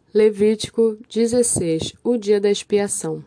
Levítico 16. O dia da expiação.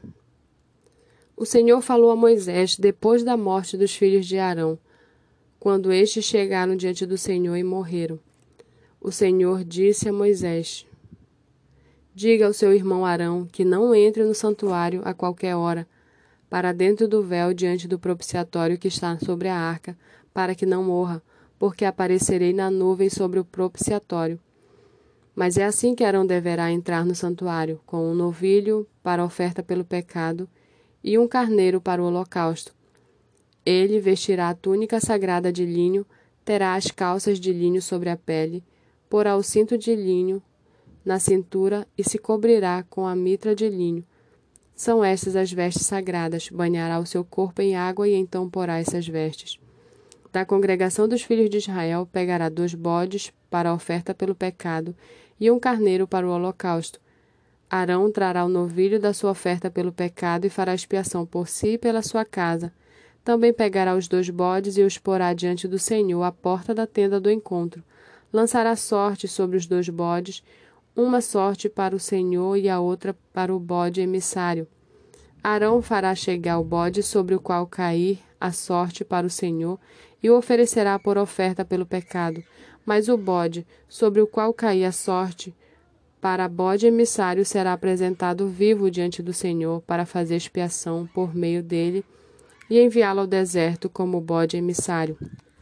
O Senhor falou a Moisés depois da morte dos filhos de Arão, quando estes chegaram diante do Senhor e morreram. O Senhor disse a Moisés: Diga ao seu irmão Arão que não entre no santuário a qualquer hora, para dentro do véu diante do propiciatório que está sobre a arca, para que não morra, porque aparecerei na nuvem sobre o propiciatório. Mas é assim que Arão deverá entrar no santuário, com um novilho para a oferta pelo pecado e um carneiro para o holocausto. Ele vestirá a túnica sagrada de linho, terá as calças de linho sobre a pele, porá o cinto de linho na cintura e se cobrirá com a mitra de linho. São estas as vestes sagradas, banhará o seu corpo em água e então porá essas vestes. Da congregação dos filhos de Israel pegará 2 bodes para a oferta pelo pecado e um carneiro para o holocausto. Arão trará o novilho da sua oferta pelo pecado e fará expiação por si e pela sua casa. Também pegará os 2 bodes e os porá diante do Senhor à porta da tenda do encontro. Lançará sorte sobre os 2 bodes, uma sorte para o Senhor e a outra para o bode emissário. Arão fará chegar o bode sobre o qual cair a sorte para o Senhor e o oferecerá por oferta pelo pecado. Mas o bode, sobre o qual cair a sorte, para bode emissário será apresentado vivo diante do Senhor para fazer expiação por meio dele e enviá-lo ao deserto como bode emissário.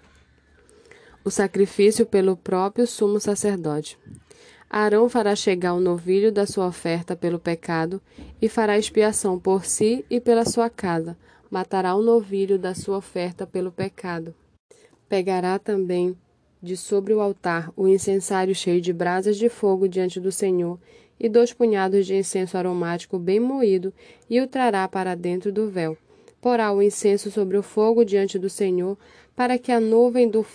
O sacrifício pelo próprio sumo sacerdote. Arão fará chegar o novilho da sua oferta pelo pecado e fará expiação por si e pela sua casa. Matará o novilho da sua oferta pelo pecado. Pegará também de sobre o altar o incensário cheio de brasas de fogo diante do Senhor e 2 punhados de incenso aromático bem moído e o trará para dentro do véu. Porá o incenso sobre o fogo diante do Senhor para que a nuvem do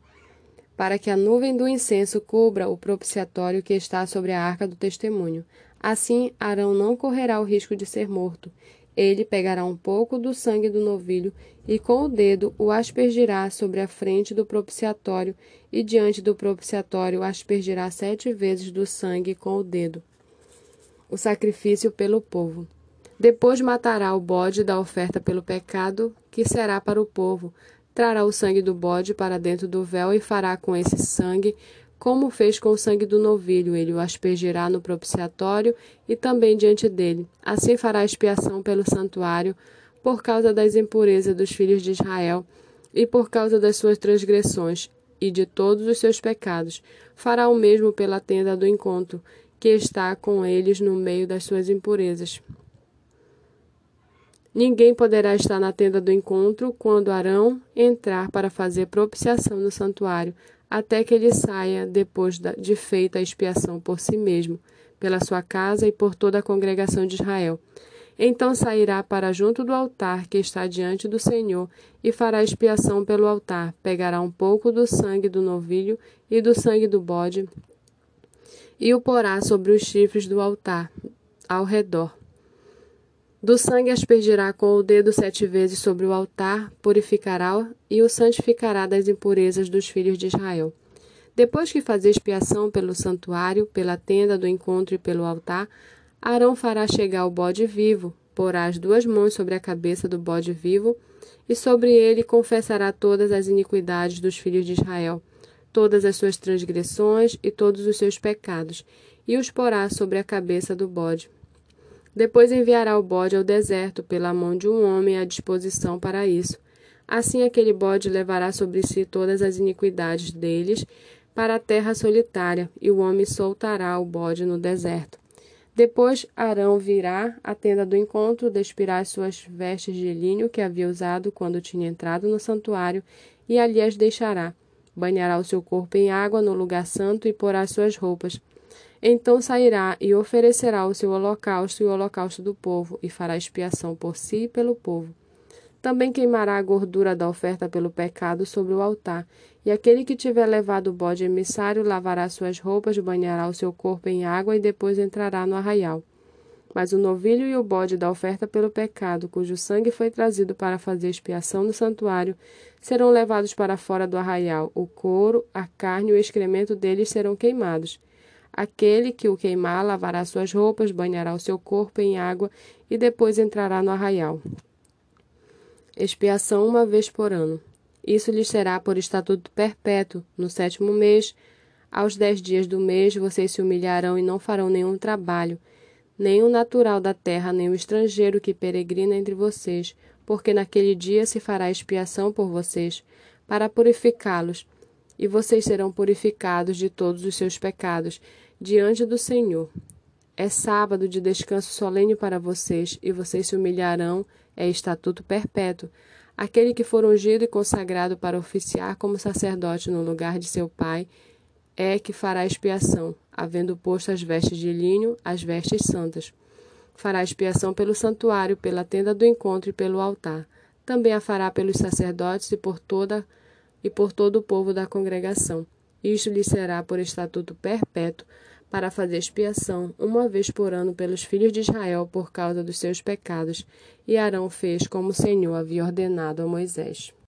incenso cubra o propiciatório que está sobre a arca do testemunho. Assim, Arão não correrá o risco de ser morto. Ele pegará um pouco do sangue do novilho e com o dedo o aspergirá sobre a frente do propiciatório e diante do propiciatório aspergirá 7 vezes do sangue com o dedo. O sacrifício pelo povo. Depois matará o bode da oferta pelo pecado, que será para o povo. Trará o sangue do bode para dentro do véu e fará com esse sangue como fez com o sangue do novilho. Ele o aspergirá no propiciatório e também diante dele. Assim fará expiação pelo santuário por causa das impurezas dos filhos de Israel e por causa das suas transgressões e de todos os seus pecados. Fará o mesmo pela tenda do encontro, que está com eles no meio das suas impurezas. Ninguém poderá estar na tenda do encontro quando Arão entrar para fazer propiciação no santuário, até que ele saia depois de feita a expiação por si mesmo, pela sua casa e por toda a congregação de Israel. Então sairá para junto do altar que está diante do Senhor e fará expiação pelo altar. Pegará um pouco do sangue do novilho e do sangue do bode e o porá sobre os chifres do altar, ao redor. Do sangue aspergirá com o dedo 7 vezes sobre o altar, purificará e o santificará das impurezas dos filhos de Israel. Depois que fazer expiação pelo santuário, pela tenda do encontro e pelo altar, Arão fará chegar o bode vivo, porá as 2 mãos sobre a cabeça do bode vivo, e sobre ele confessará todas as iniquidades dos filhos de Israel, todas as suas transgressões e todos os seus pecados, e os porá sobre a cabeça do bode. Depois enviará o bode ao deserto pela mão de um homem à disposição para isso. Assim aquele bode levará sobre si todas as iniquidades deles para a terra solitária, e o homem soltará o bode no deserto. Depois Arão virá à tenda do encontro, despirá as suas vestes de linho que havia usado quando tinha entrado no santuário, e ali as deixará. Banhará o seu corpo em água no lugar santo e porá as suas roupas. Então sairá e oferecerá o seu holocausto e o holocausto do povo, e fará expiação por si e pelo povo. Também queimará a gordura da oferta pelo pecado sobre o altar, e aquele que tiver levado o bode emissário lavará suas roupas, banhará o seu corpo em água e depois entrará no arraial. Mas o novilho e o bode da oferta pelo pecado, cujo sangue foi trazido para fazer expiação no santuário, serão levados para fora do arraial. O couro, a carne e o excremento deles serão queimados. Aquele que o queimar lavará suas roupas, banhará o seu corpo em água e depois entrará no arraial. Expiação uma vez por ano. Isso lhes será por estatuto perpétuo. No 7º mês, aos 10 dias do mês, vocês se humilharão e não farão nenhum trabalho, nem o natural da terra, nem o estrangeiro que peregrina entre vocês, porque naquele dia se fará expiação por vocês, para purificá-los, e vocês serão purificados de todos os seus pecados, diante do Senhor. É sábado de descanso solene para vocês, e vocês se humilharão, é estatuto perpétuo. Aquele que for ungido e consagrado para oficiar como sacerdote no lugar de seu pai, é que fará expiação, havendo posto as vestes de linho, as vestes santas. Fará expiação pelo santuário, pela tenda do encontro e pelo altar. Também a fará pelos sacerdotes e por todo o povo da congregação. Isto lhe será por estatuto perpétuo, para fazer expiação uma vez por ano pelos filhos de Israel por causa dos seus pecados. E Arão fez como o Senhor havia ordenado a Moisés.